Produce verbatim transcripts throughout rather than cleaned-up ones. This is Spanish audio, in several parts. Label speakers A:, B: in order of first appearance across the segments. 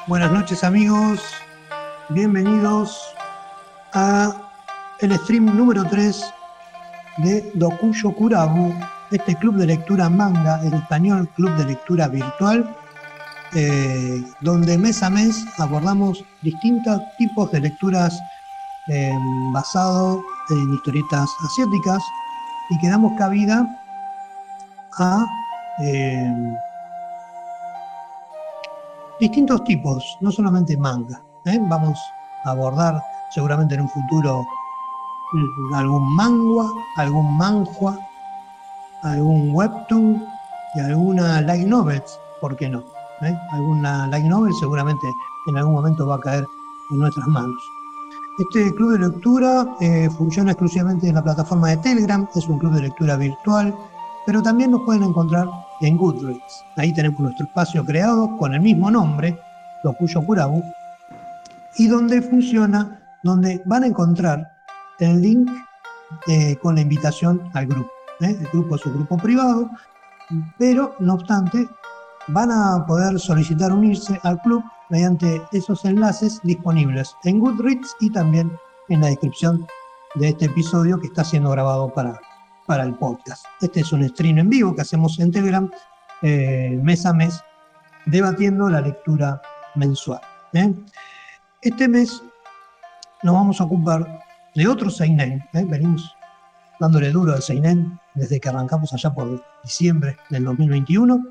A: Buenas noches amigos, bienvenidos a el stream número tres de Dokuyo Kurabu, este club de lectura manga, en español club de lectura virtual, eh, donde mes a mes abordamos distintos tipos de lecturas eh, basado en historietas asiáticas y que damos cabida a eh, distintos tipos, no solamente manga. ¿eh? Vamos a abordar seguramente en un futuro algún manga, algún manhwa, algún webtoon y alguna light novel, ¿por qué no? ¿eh? Alguna light novel seguramente en algún momento va a caer en nuestras manos. Este club de lectura eh, funciona exclusivamente en la plataforma de Telegram, es un club de lectura virtual, pero también nos pueden encontrar en Goodreads. Ahí tenemos nuestro espacio creado con el mismo nombre, Dokuyo Kurabu, y donde funciona, donde van a encontrar el link eh, con la invitación al grupo. ¿eh? El grupo es un grupo privado, pero no obstante, van a poder solicitar unirse al club mediante esos enlaces disponibles en Goodreads y también en la descripción de este episodio que está siendo grabado para, para el podcast. Este es un stream en vivo que hacemos en Telegram eh, mes a mes, debatiendo la lectura mensual. ¿eh? Este mes nos vamos a ocupar de otro seinen, ¿eh? venimos dándole duro al seinen desde que arrancamos allá por diciembre del dos mil veintiuno,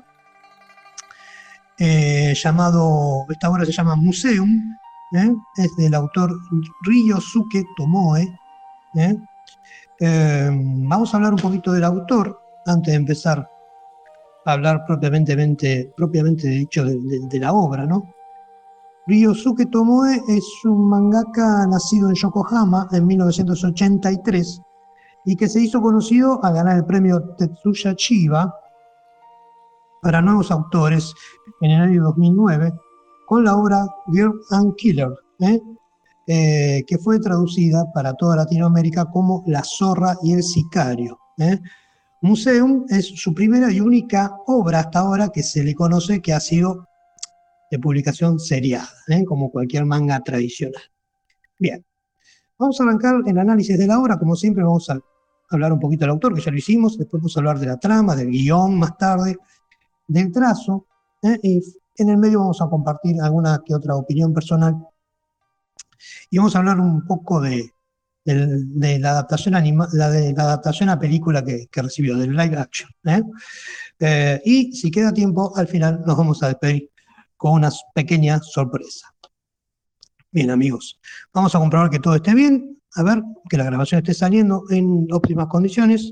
A: eh, llamado, esta obra se llama Museum, ¿eh? es del autor Ryosuke Tomoe. ¿eh? Eh, vamos a hablar un poquito del autor antes de empezar a hablar propiamente, propiamente dicho de, de, de la obra, ¿no? Ryosuke Tomoe es un mangaka nacido en Yokohama en mil novecientos ochenta y tres y que se hizo conocido al ganar el premio Tetsuya Chiba para nuevos autores en el año dos mil nueve con la obra Girl and Killer, ¿eh? Eh, que fue traducida para toda Latinoamérica como La zorra y el sicario. ¿eh? Museum es su primera y única obra hasta ahora que se le conoce que ha sido de publicación seriada, ¿eh? como cualquier manga tradicional. Bien, vamos a arrancar el análisis de la obra. Como siempre vamos a hablar un poquito del autor, que ya lo hicimos, después vamos a hablar de la trama, del guión más tarde, del trazo, ¿eh? y en el medio vamos a compartir alguna que otra opinión personal y vamos a hablar un poco de, de, de, la, adaptación anima, la de la adaptación a película que, que recibió, del live action. ¿eh? Eh, y si queda tiempo, al final nos vamos a despedir con una pequeña sorpresa. Bien, amigos, vamos a comprobar que todo esté bien, a ver, que la grabación esté saliendo en óptimas condiciones.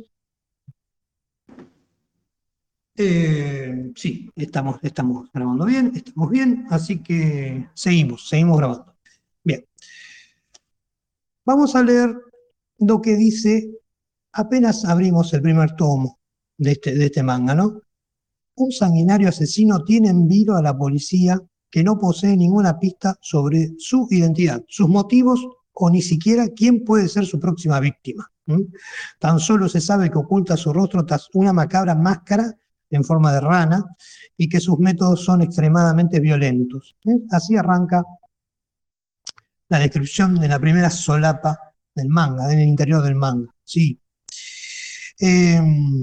A: Eh, sí, estamos, estamos grabando bien, estamos bien, así que seguimos, seguimos grabando. Bien. Vamos a leer lo que dice, apenas abrimos el primer tomo de este, de este manga, ¿no? Un sanguinario asesino tiene en vilo a la policía que no posee ninguna pista sobre su identidad, sus motivos o ni siquiera quién puede ser su próxima víctima. ¿Mm? Tan solo se sabe que oculta su rostro tras una macabra máscara en forma de rana y que sus métodos son extremadamente violentos. ¿eh? Así arranca la descripción de la primera solapa del manga, del interior del manga. Sí. Eh,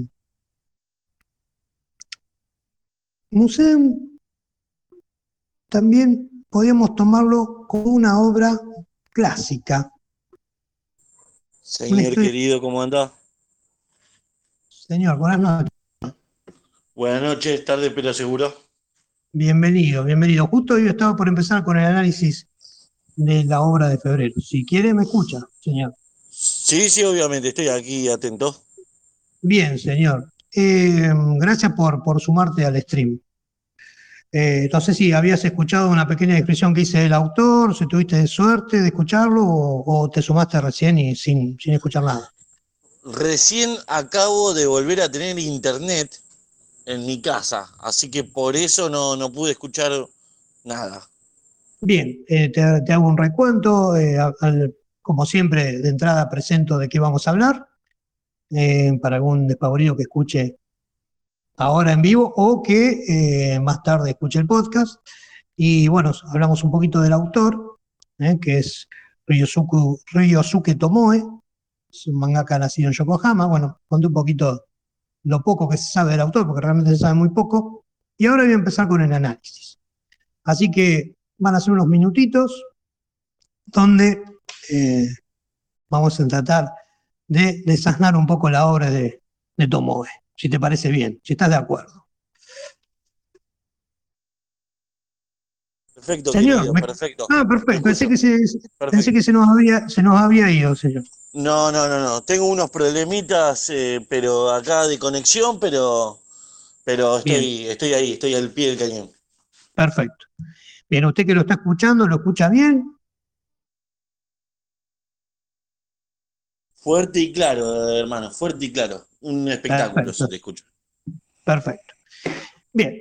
A: Museum también podríamos tomarlo como una obra clásica.
B: Señor historia... querido, ¿cómo anda?
A: Señor, buenas noches.
B: Buenas noches, tarde pero seguro.
A: Bienvenido, bienvenido. Justo yo estaba por empezar con el análisis de la obra de febrero. Si quiere, me escucha, señor.
B: Sí, sí, obviamente, estoy aquí atento.
A: Bien, señor. Eh, gracias por, por sumarte al stream. Eh, no sé si habías escuchado una pequeña descripción que hice del autor, si tuviste suerte de escucharlo o, o te sumaste recién y sin, sin escuchar nada.
B: Recién acabo de volver a tener internet en mi casa, así que por eso no, no pude escuchar nada.
A: Bien, eh, te, te hago un recuento. Eh, al, como siempre, de entrada presento de qué vamos a hablar, eh, para algún despavorido que escuche ahora en vivo o que eh, más tarde escuche el podcast. Y bueno, hablamos un poquito del autor, ¿eh? que es Ryosuke, Ryosuke Tomoe, es un mangaka nacido en Yokohama. Bueno, conté un poquito lo poco que se sabe del autor, porque realmente se sabe muy poco. Y ahora voy a empezar con el análisis. Así que van a ser unos minutitos donde eh, vamos a tratar de desasnar un poco la obra de, de Tomoe, si te parece bien, si estás de acuerdo.
B: Perfecto,
A: Señor,
B: querido,
A: me...
B: perfecto.
A: Ah,
B: Te
A: perfecto, pensé
B: escucho.
A: que, se, pensé
B: Perfecto.
A: que se, nos había, se nos había ido, señor.
B: No, no, no, no. Tengo unos problemitas, eh, pero acá de conexión, pero, pero
A: Bien,
B: estoy, estoy ahí, estoy al pie del cañón.
A: perfecto. Bien, usted que lo está escuchando, ¿lo escucha bien?
B: Fuerte y claro, hermano, fuerte y claro. Un espectáculo se
A: Perfecto,
B: te escucha.
A: perfecto. Bien,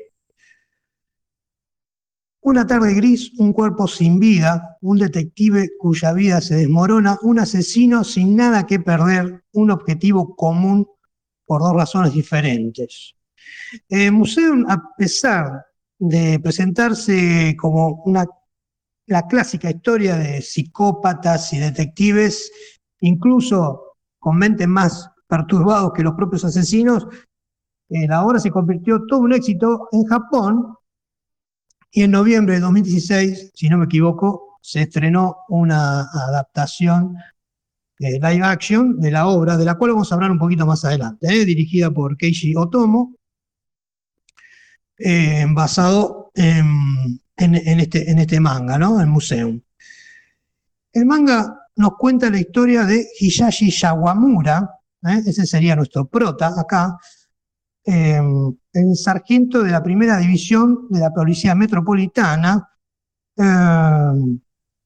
A: una tarde gris, un cuerpo sin vida, un detective cuya vida se desmorona, un asesino sin nada que perder, un objetivo común por dos razones diferentes. El museo, a pesar de presentarse como una, la clásica historia de psicópatas y detectives, incluso con mentes más perturbados que los propios asesinos, eh, la obra se convirtió todo un éxito en Japón. Y en noviembre de dos mil dieciséis, si no me equivoco, se estrenó una adaptación de live action de la obra, de la cual vamos a hablar un poquito más adelante, ¿eh? dirigida por Keiichi Otomo, eh, basado en, en, en, este, en este manga, ¿no? El Museum. El manga nos cuenta la historia de Hisashi Yawamura, ¿eh? ese sería nuestro prota acá, eh, el sargento de la primera división de la Policía Metropolitana. Eh,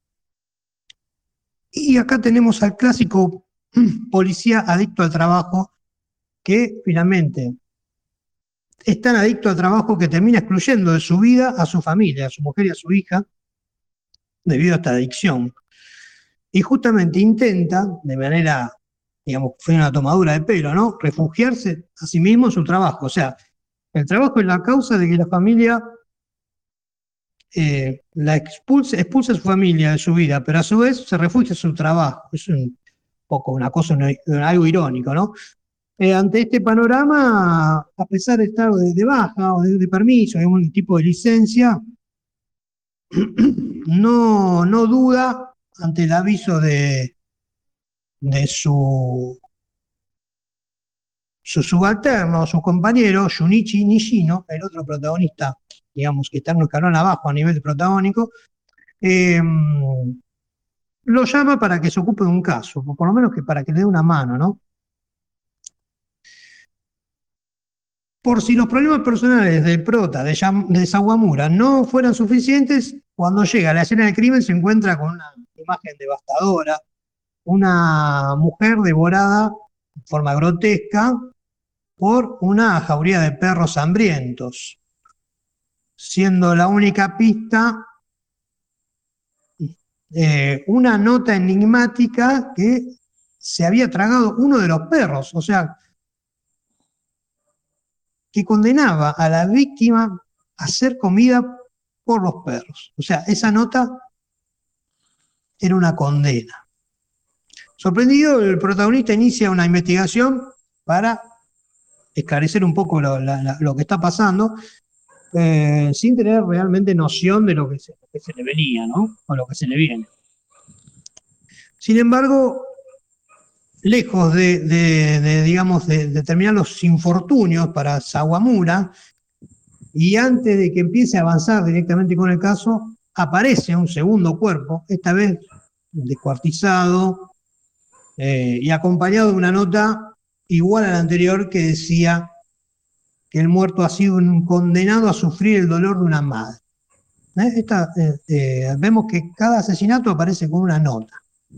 A: y acá tenemos al clásico policía adicto al trabajo, que finalmente es tan adicto al trabajo que termina excluyendo de su vida a su familia, a su mujer y a su hija, debido a esta adicción. Y justamente intenta, de manera, digamos, fue una tomadura de pelo, ¿no? Refugiarse a sí mismo en su trabajo. O sea, el trabajo es la causa de que la familia eh, la expulse, expulsa a su familia de su vida, pero a su vez se refugia en su trabajo. Es un poco una cosa, una, algo irónico, ¿no? Eh, ante este panorama, a pesar de estar de, de baja o de, de permiso, de algún tipo de licencia, no, no duda ante el aviso de, de su, su subalterno, su compañero, Junichi Nishino, el otro protagonista, digamos, que está en un escalón abajo a nivel protagónico, eh, lo llama para que se ocupe de un caso, o por lo menos que para que le dé una mano, ¿no? Por si los problemas personales del prota, de, Yam, de Sawamura, no fueran suficientes, cuando llega a la escena del crimen se encuentra con una imagen devastadora, una mujer devorada de forma grotesca por una jauría de perros hambrientos, siendo la única pista eh, una nota enigmática que se había tragado uno de los perros, o sea, que condenaba a la víctima a ser comida por los perros. O sea, esa nota era una condena. Sorprendido, el protagonista inicia una investigación para esclarecer un poco lo, la, lo que está pasando, eh, sin tener realmente noción de lo que, se, lo que se le venía, ¿no? O lo que se le viene. Sin embargo, lejos de, de, de digamos, de, de terminar los infortunios para Sawamura, y antes de que empiece a avanzar directamente con el caso, aparece un segundo cuerpo, esta vez descuartizado eh, y acompañado de una nota igual a la anterior que decía que el muerto ha sido un condenado a sufrir el dolor de una madre. ¿Eh? Esta, eh, eh, vemos que cada asesinato aparece con una nota.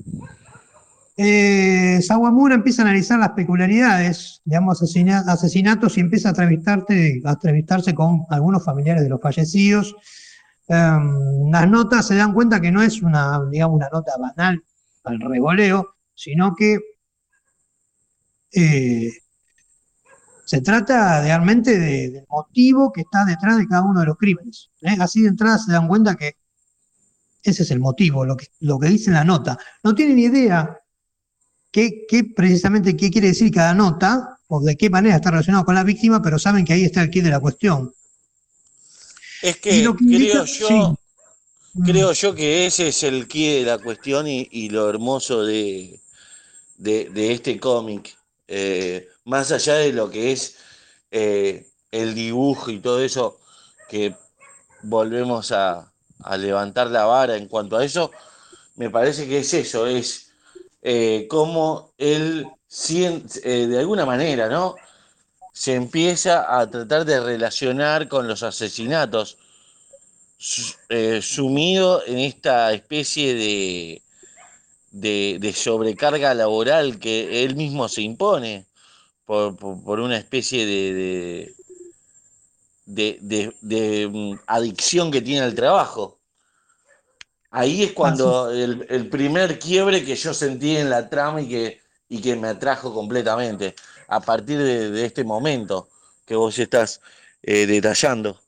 A: Eh, Sawamura empieza a analizar las peculiaridades de ambos asesina asesinatos y empieza a, a entrevistarse con algunos familiares de los fallecidos. Um, las notas se dan cuenta que no es una, digamos, una nota banal al revoleo, sino que eh, Se trata realmente de, del motivo que está detrás de cada uno de los crímenes. ¿eh? Así de entrada se dan cuenta que ese es el motivo, lo que, lo que dice la nota. No tienen idea qué, qué precisamente qué quiere decir cada nota o de qué manera está relacionado con la víctima, pero saben que ahí está el quid de la cuestión.
B: Es
A: Y lo
B: que
A: que indica,
B: creo yo,
A: sí.
B: creo yo que ese es el quid de la cuestión y, y lo hermoso de, de, de este cómic. Eh, más allá de lo que es eh, el dibujo y todo eso, que volvemos a, a levantar la vara en cuanto a eso, me parece que es eso, es eh, cómo él siente, eh, de alguna manera, ¿no? Se empieza a tratar de relacionar con los asesinatos, su- eh, sumido en esta especie de, de, de sobrecarga laboral que él mismo se impone por, por- por una especie de, de, de- de- de, mm, adicción que tiene al trabajo. Ahí es
A: Así,
B: cuando el, el primer quiebre que yo sentí en la trama y que, y que me atrajo completamente, a partir de, de este momento que vos estás eh, detallando.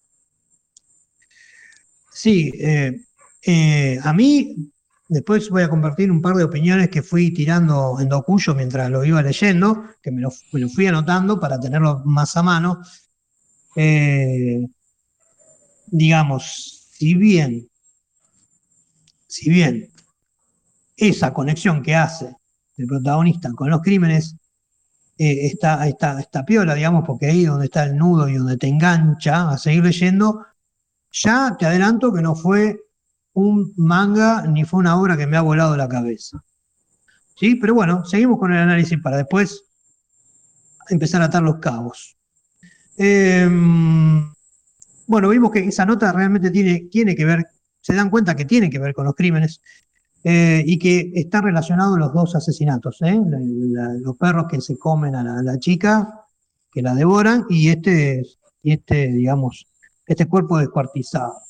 A: sí, eh, eh, a mí después voy a compartir un par de opiniones que fui tirando en Docuyo mientras lo iba leyendo, que me lo, me lo fui anotando para tenerlo más a mano. Eh, digamos, si bien, si bien esa conexión que hace el protagonista con los crímenes eh, está, está, está piola, digamos, porque ahí donde está el nudo y donde te engancha a seguir leyendo, ya te adelanto que no fue un manga ni fue una obra que me ha volado la cabeza. ¿Sí? Pero bueno, seguimos con el análisis para después empezar a atar los cabos. Eh, bueno, vimos que esa nota realmente tiene, tiene que ver, se dan cuenta que tiene que ver con los crímenes eh, y que están relacionados los dos asesinatos. ¿eh? La, la, los perros que se comen a la, a la chica, que la devoran, y este, y este, digamos, este cuerpo descuartizado.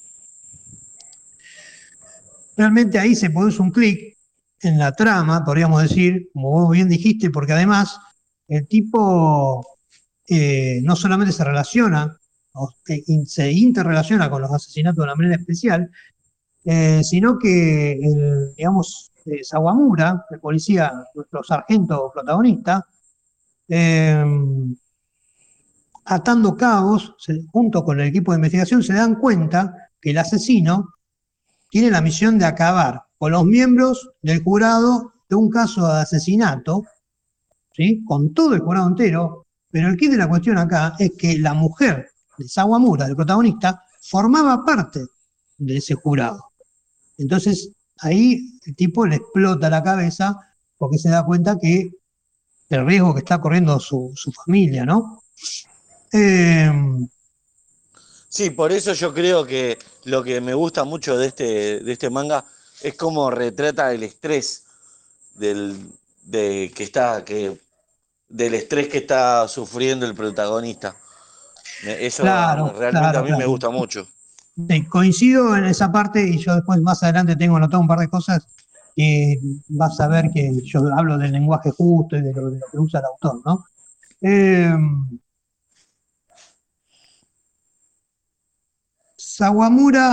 A: Realmente ahí se produce un clic en la trama, podríamos decir, como vos bien dijiste, porque además el tipo eh, no solamente se relaciona, o se interrelaciona con los asesinatos de una manera especial, eh, sino que, el, digamos, eh, Sawamura, el policía, nuestro sargento protagonista, eh, atando cabos, se, junto con el equipo de investigación, se dan cuenta que el asesino tiene la misión de acabar con los miembros del jurado de un caso de asesinato, ¿sí? Con todo el jurado entero, pero el quid de la cuestión acá es que la mujer de Sawamura, del protagonista, formaba parte de ese jurado. Entonces, ahí el tipo le explota la cabeza porque se da cuenta que el riesgo que está corriendo su, su familia, ¿no? Eh,
B: Sí, por eso yo creo que lo que me gusta mucho de este, de este manga es cómo retrata el estrés del, de, que está, que, del estrés que está sufriendo el protagonista. Me- Eso a-
A: claro,
B: realmente a
A: claro,
B: mí me
A: claro.
B: gusta mucho.
A: Sí, coincido en esa parte y yo después más adelante tengo anotado un par de cosas que vas a ver que yo hablo del lenguaje justo y de lo, de lo que usa el autor, ¿no? Eh, Sawamura,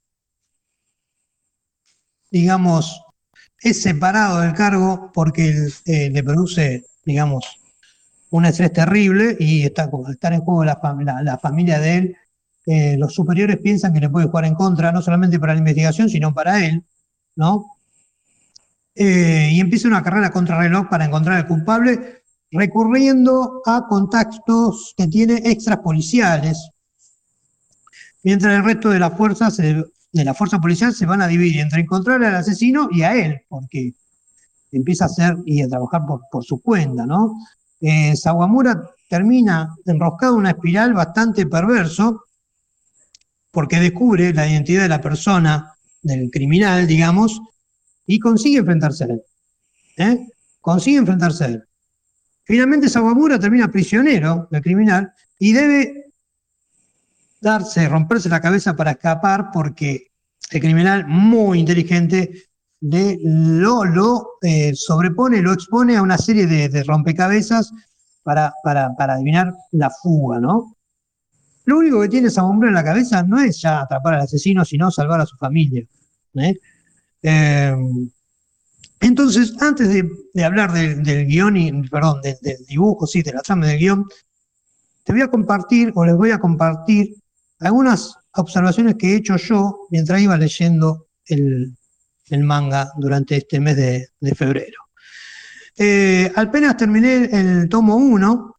A: digamos, es separado del cargo porque eh, le produce, digamos, un estrés terrible y está, estar en juego la, la, la familia de él. Eh, los superiores piensan que le puede jugar en contra, no solamente para la investigación, sino para él, ¿no? Eh, y empieza una carrera contrarreloj para encontrar al culpable, recurriendo a contactos que tiene extrapoliciales, mientras el resto de la fuerza, se, de la fuerza policial se van a dividir entre encontrar al asesino y a él, porque empieza a hacer y a trabajar por, por su cuenta, ¿no? Eh, Sawamura termina enroscado en una espiral bastante perverso, porque descubre la identidad de la persona, del criminal, digamos, y consigue enfrentarse a él. ¿eh? Consigue enfrentarse a él. Finalmente Sawamura termina prisionero del criminal y debe darse, romperse la cabeza para escapar porque el criminal muy inteligente le, lo, lo eh, sobrepone, lo expone a una serie de, de rompecabezas para, para, para adivinar la fuga, ¿no? Lo único que tiene Sawamura en la cabeza no es ya atrapar al asesino, sino salvar a su familia. ¿eh? Eh, entonces, antes de, de hablar del, del guión, y, perdón, del, del dibujo, sí, de la trama del guión, te voy a compartir, o les voy a compartir, algunas observaciones que he hecho yo mientras iba leyendo el, el manga durante este mes de, de febrero. Eh, apenas terminé el tomo uno,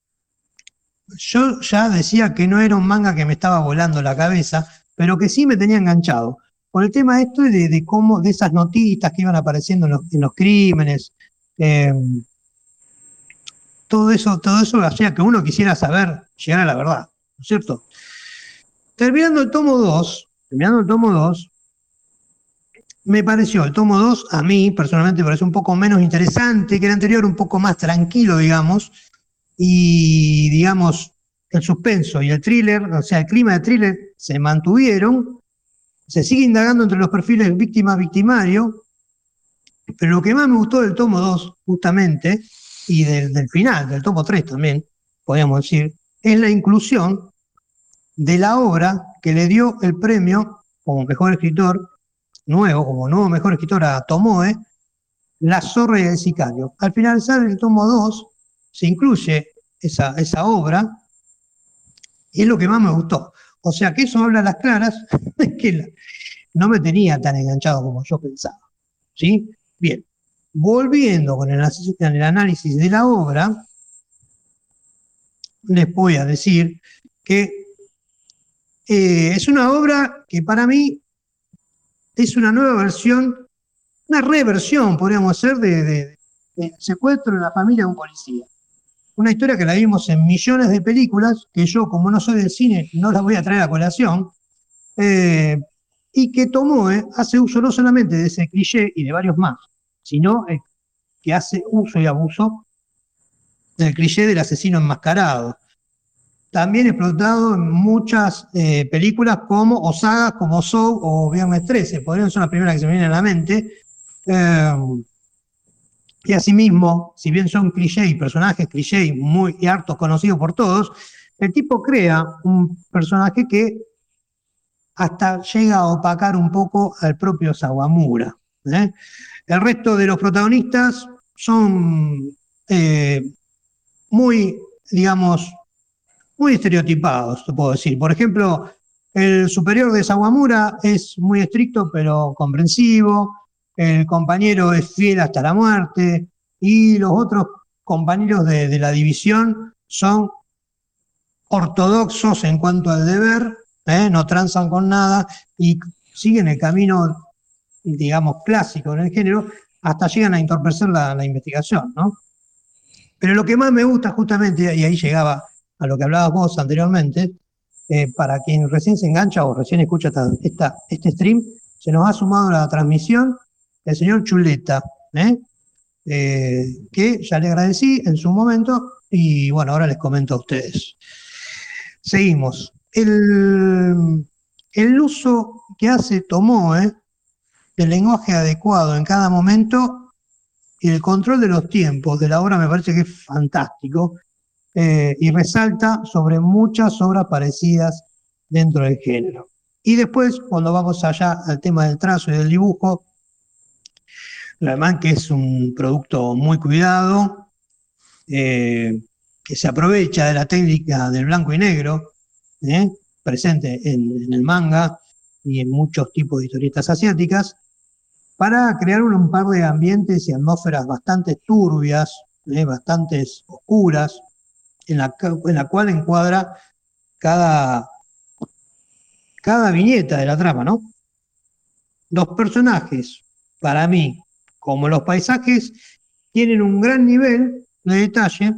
A: yo ya decía que no era un manga que me estaba volando la cabeza, pero que sí me tenía enganchado. Por el tema esto de, de cómo, de esas notitas que iban apareciendo en los, en los crímenes, eh, todo eso, todo eso hacía que uno quisiera saber, llegar a la verdad, ¿no es cierto? Terminando el tomo dos, terminando el tomo dos, me pareció el tomo dos, a mí personalmente me pareció un poco menos interesante que el anterior, un poco más tranquilo, digamos, y digamos, el suspenso y el thriller, o sea, el clima de thriller se mantuvieron, se sigue indagando entre los perfiles víctima-victimario, pero lo que más me gustó del tomo dos, justamente, y del, del final, del tomo tres también, podríamos decir, es la inclusión de la obra que le dio el premio como mejor escritor nuevo, como nuevo mejor escritor a Tomoe, La zorra y el sicario. Al finalizar el tomo dos se incluye esa, esa obra y es lo que más me gustó. O sea que eso habla a las claras de que la, no me tenía tan enganchado como yo pensaba. ¿Sí? Bien. Volviendo con el, el análisis de la obra, les voy a decir que eh, es una obra que para mí es una nueva versión, una reversión, podríamos hacer, de, de, de Secuestro en la familia de un policía. Una historia que la vimos en millones de películas, que yo, como no soy del cine, no las voy a traer a colación, eh, y que Tomoe hace uso no solamente de ese cliché y de varios más, sino eh, que hace uso y abuso del cliché del asesino enmascarado. También explotado en muchas eh, películas como, o sagas como Saw o Viernes trece, podrían ser las primeras que se me vienen a la mente. Eh, y asimismo, si bien son cliché y personajes cliché muy y hartos conocidos por todos, el tipo crea un personaje que hasta llega a opacar un poco al propio Sawamura. ¿eh? El resto de los protagonistas son eh, muy, digamos, muy estereotipados, te puedo decir. Por ejemplo, el superior de Sawamura es muy estricto pero comprensivo, el compañero es fiel hasta la muerte, y los otros compañeros de, de la división son ortodoxos en cuanto al deber, ¿eh? no transan con nada y siguen el camino, digamos, clásico en el género, hasta llegan a entorpecer la, la investigación, ¿no? Pero lo que más me gusta justamente, y ahí llegaba a lo que hablabas vos anteriormente, eh, para quien recién se engancha o recién escucha esta, esta, este stream, se nos ha sumado a la transmisión el señor Chuleta, ¿eh? Eh, que ya le agradecí en su momento y bueno, ahora les comento a ustedes. Seguimos. El, el uso que hace Tomoe del lenguaje adecuado en cada momento y el control de los tiempos de la obra me parece que es fantástico eh, y resalta sobre muchas obras parecidas dentro del género. Y después, cuando vamos allá al tema del trazo y del dibujo, además que es un producto muy cuidado, eh, que se aprovecha de la técnica del blanco y negro, ¿eh? presente en, en el manga y en muchos tipos de historietas asiáticas, para crear un, un par de ambientes y atmósferas bastante turbias, ¿eh? bastante oscuras, en la, en la cual encuadra cada, cada viñeta de la trama, ¿no? Los personajes, para mí, como los paisajes, tienen un gran nivel de detalle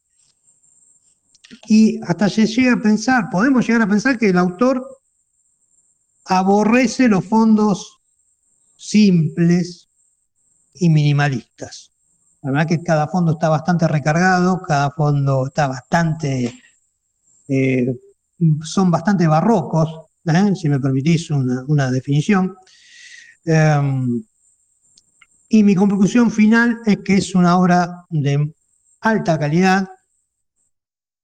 A: y hasta se llega a pensar, podemos llegar a pensar que el autor aborrece los fondos simples y minimalistas. La verdad que cada fondo está bastante recargado, cada fondo está bastante, eh, son bastante barrocos, ¿eh? si me permitís una, una definición. Eh, y mi conclusión final es que es una obra de alta calidad,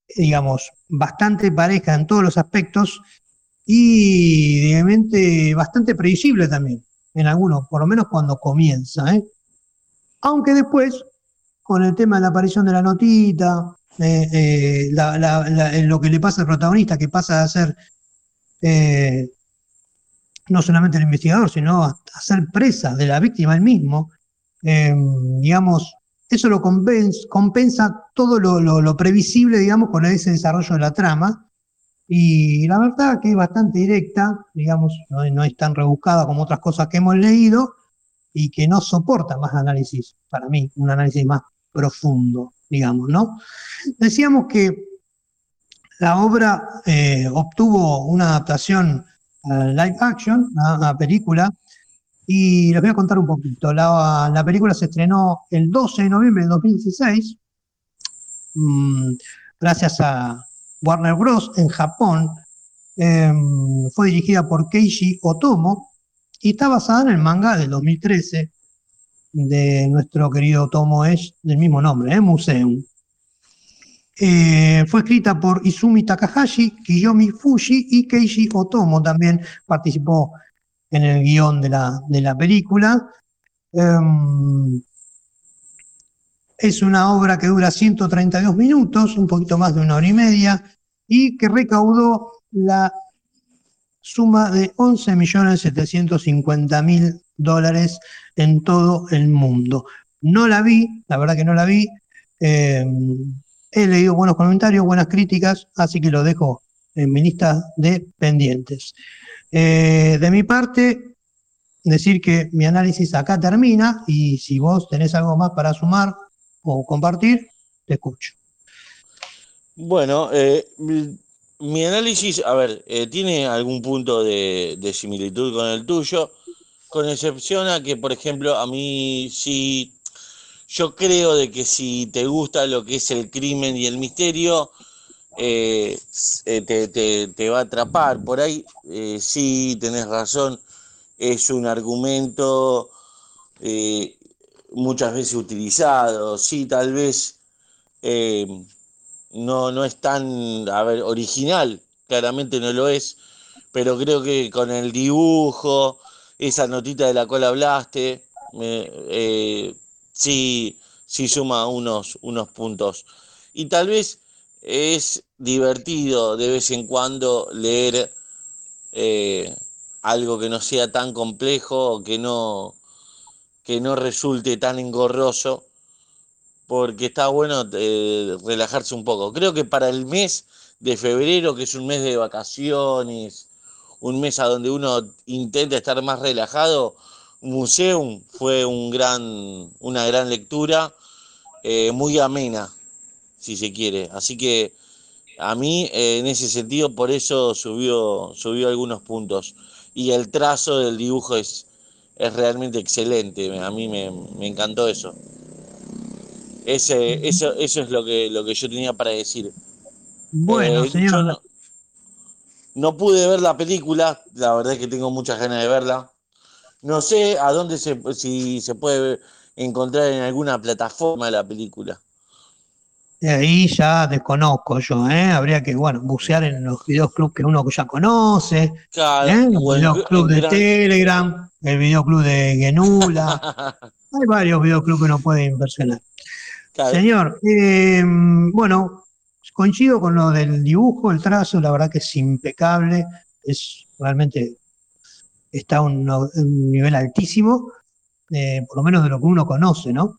A: digamos, bastante pareja en todos los aspectos y, digamos, bastante previsible también, en algunos, por lo menos cuando comienza, ¿eh? Aunque después, con el tema de la aparición de la notita, eh, eh, la, la, la, lo que le pasa al protagonista, que pasa a ser eh, no solamente el investigador, sino a, a ser presa de la víctima él mismo, eh, digamos, eso lo compensa, compensa todo lo, lo, lo previsible, digamos, con ese desarrollo de la trama. Y la verdad que es bastante directa, digamos, no, no es tan rebuscada como otras cosas que hemos leído y que no soporta más análisis, para mí, un análisis más profundo, digamos, ¿no? Decíamos que la obra eh, obtuvo una adaptación uh, live action, a una película, y les voy a contar un poquito. La, la película se estrenó el doce de noviembre de dos mil dieciséis, mmm, gracias a Warner Bros. En Japón. Eh, fue dirigida por Keiichi Otomo y está basada en el manga del dos mil trece de nuestro querido Otomo Esh, del mismo nombre, ¿eh? Museum. Eh, fue escrita por Izumi Takahashi, Kiyomi Fuji y Keiichi Otomo también participó en el guión de la, de la película. Um, es una obra que dura ciento treinta y dos minutos, un poquito más de una hora y media, y que recaudó la suma de once millones setecientos cincuenta mil dólares en todo el mundo. No la vi, la verdad que no la vi. Eh, he leído buenos comentarios, buenas críticas, así que lo dejo en mi lista de pendientes. Eh, de mi parte, decir que mi análisis acá termina y si vos tenés algo más para sumar o compartir, te escucho.
B: Bueno, eh, mi análisis, a ver, eh, tiene algún punto de, de similitud con el tuyo, con excepción a que, por ejemplo, a mí sí, yo creo de que si te gusta lo que es el crimen y el misterio, eh, te, te, te va a atrapar. Por ahí eh, sí tenés razón, es un argumento eh, muchas veces utilizado, sí, tal vez eh, no, no es tan, a ver, original, claramente no lo es, pero creo que con el dibujo, esa notita de la cual hablaste, eh, eh, sí, sí suma unos, unos puntos. Y tal vez es divertido de vez en cuando leer eh, algo que no sea tan complejo, que no, que no resulte tan engorroso, porque está bueno eh, relajarse un poco. Creo que para el mes de febrero, que es un mes de vacaciones, un mes a donde uno intenta estar más relajado, Museum fue un gran, una gran lectura, eh, muy amena, si se quiere. Así que a mí, eh, en ese sentido, por eso subió, subió algunos puntos. Y el trazo del dibujo es, es realmente excelente. A mí me, me encantó eso. Ese, eso, eso es lo que, lo que yo tenía para decir.
A: Bueno,
B: Eh, yo
A: señor.
B: no, no pude ver la película, la verdad es que tengo muchas ganas de verla. No sé a dónde se, si se puede encontrar en alguna plataforma la película.
A: Ahí ya desconozco yo, ¿eh? Habría que, bueno, bucear en los videoclubs que uno ya conoce,
B: Claro,
A: ¿eh? El
B: o en,
A: videoclub
B: en
A: de
B: gran...
A: Telegram, el videoclub de Genula. Hay varios videoclubs que uno puede inversionar.
B: Claro,
A: Señor, eh, bueno, coincido con lo del dibujo, el trazo, la verdad que es impecable, es realmente está a un, un nivel altísimo, eh, por lo menos de lo que uno conoce, ¿no?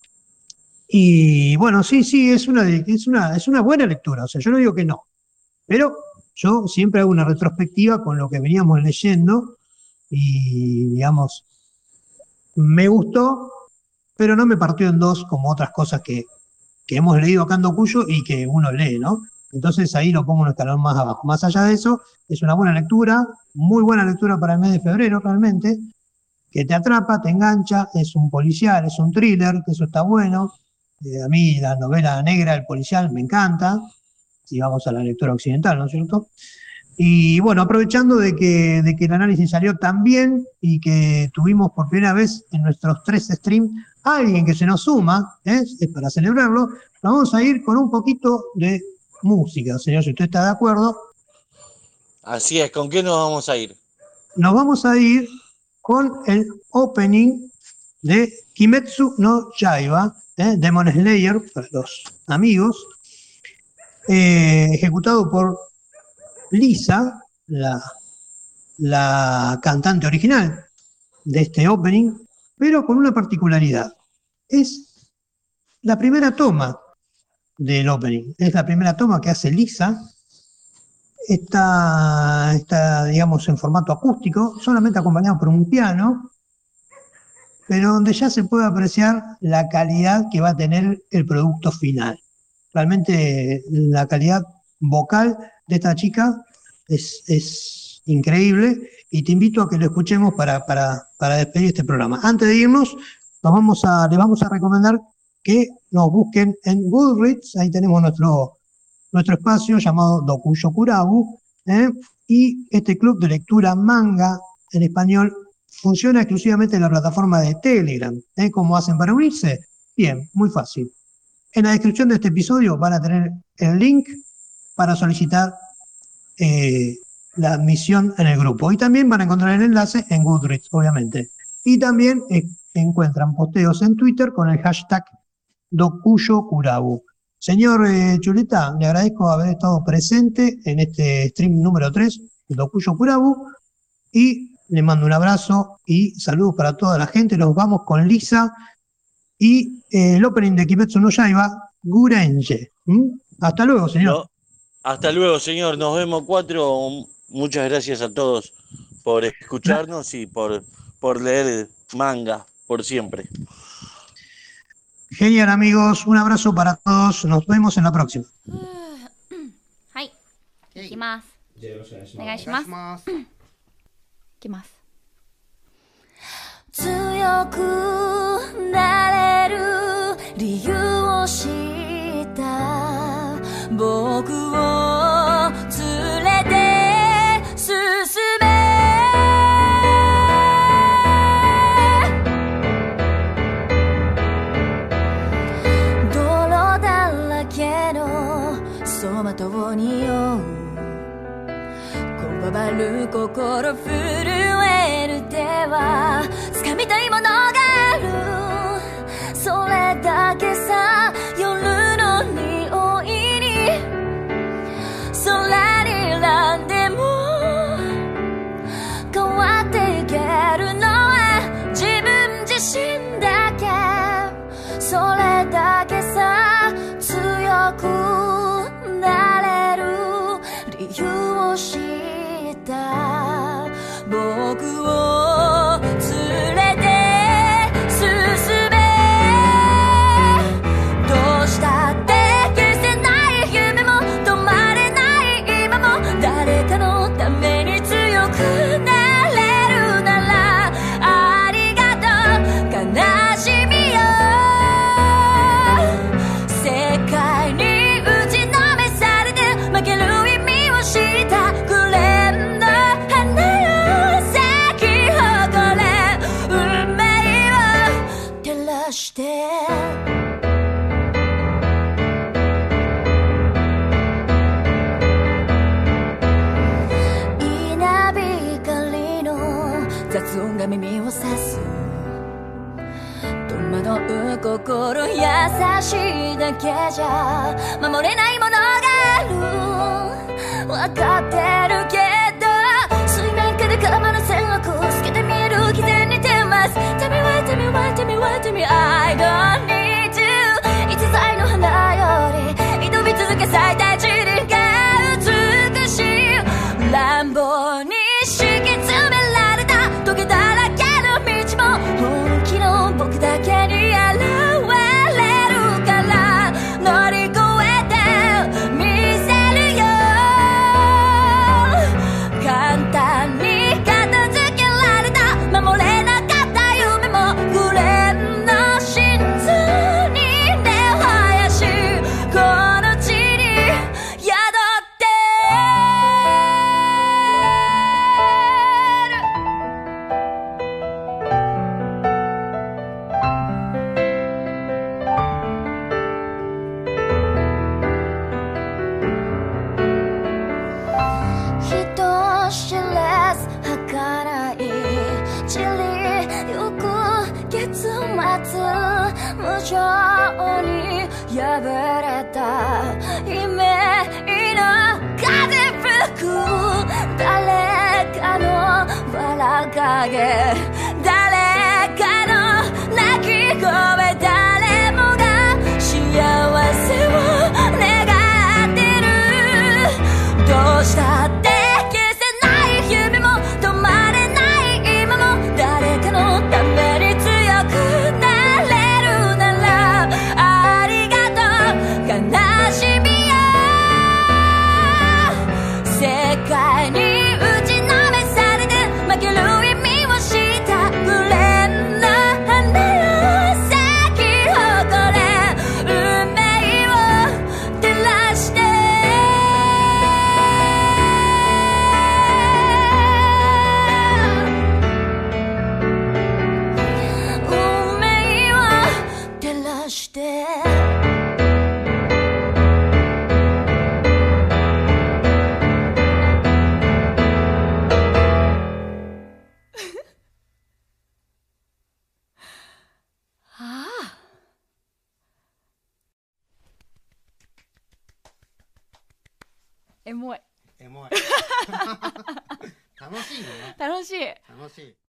A: Y bueno, sí, sí, es una, es una, es una buena lectura, o sea, yo no digo que no, pero yo siempre hago una retrospectiva con lo que veníamos leyendo y, digamos, me gustó, pero no me partió en dos como otras cosas que, que hemos leído acá en Docuyo y que uno lee, ¿no? Entonces ahí lo pongo un escalón más abajo. Más allá de eso, es una buena lectura, muy buena lectura para el mes de febrero realmente, que te atrapa, te engancha, es un policial, es un thriller, que eso está bueno. Eh, a mí la novela negra, el policial, me encanta, si vamos a la lectura occidental, ¿no es cierto? Y bueno, aprovechando de que, de que el análisis salió tan bien y que tuvimos por primera vez en nuestros tres streams a alguien que se nos suma, ¿eh? Es para celebrarlo, vamos a ir con un poquito de música, señor, si usted está de acuerdo.
B: Así es, ¿con qué nos vamos a ir?
A: Nos vamos a ir con el opening de Kimetsu no Yaiba, ¿eh? Demon Slayer, para los amigos, eh, ejecutado por Lisa, la, la cantante original de este opening, pero con una particularidad. Es la primera toma del opening, es la primera toma que hace Lisa. Está, está, digamos, en formato acústico, solamente acompañado por un piano, pero donde ya se puede apreciar la calidad que va a tener el producto final. Realmente la calidad vocal de esta chica es, es increíble, y te invito a que lo escuchemos para, para, para despedir este programa. Antes de irnos, nos vamos a, les vamos a recomendar que nos busquen en Goodreads. Ahí tenemos nuestro, nuestro espacio llamado Dokuyo Kurabu, ¿eh? Y este club de lectura manga en español funciona exclusivamente en la plataforma de Telegram. ¿Eh? ¿Cómo hacen para unirse? Bien, muy fácil. En la descripción de este episodio van a tener el link para solicitar eh, la admisión en el grupo. Y también van a encontrar el enlace en Goodreads, obviamente. Y también eh, encuentran posteos en Twitter con el hashtag Dokuyo Kurabu. Señor eh, Chuleta, le agradezco haber estado presente en este stream número tres de Dokuyo Kurabu, y le mando un abrazo y saludos para toda la gente. Nos vamos con Lisa y eh, el opening de Kimetsu no Yaiba, Gurenje. ¿Mm? Hasta luego, señor.
B: No, hasta luego, señor. Nos vemos cuatro. Muchas gracias a todos por escucharnos y por, por leer manga por siempre.
A: Genial, amigos. Un abrazo para todos. Nos vemos en la próxima.
C: はい、いきます。お願いします。いきます。強くなれる理由を知った僕を連れて進め、泥だらけの走馬灯に酔うこわばる心震える手は掴みたいものがある、それだけさ、夜の匂いに空にらんでも変わっていけるのは自分自身だけ、それだけさ、強くなれる理由を知った僕を連れて進め、どうしたって消せない夢も止まれない今も、誰かのために強くなれるならありがとう、悲しみよ世界に打ちのめされて負ける意味を知ったくれんの花よ咲き誇れ運命を照らして、稲光の雑音が耳を刺す、戸惑う心優しいだけじゃ守れないものがある、分かってるけど水面下で構の線を透けて見える偽善に出ます。 Tell me why, tell me why, tell me why, tell me I don't need you、 逸材の花より挑み続け咲いた地理が美しい乱暴に敷き詰められたトゲだらけの道も本気の僕だけに現れるから乗り越えてみせるよ、 状に破れたイメージの風吹く誰かの笑影誰かの泣き声誰もが幸せを願ってるどうしたって消せない夢も止まれない今も誰かのために強くなれるならありがとう悲しみよ世界に打ちのめされて負ける意味をしたくれんの花よ咲き誇れ運命を照らして運命を照らしてああエモい
A: エモい楽しいね
C: 楽しい
A: 楽しい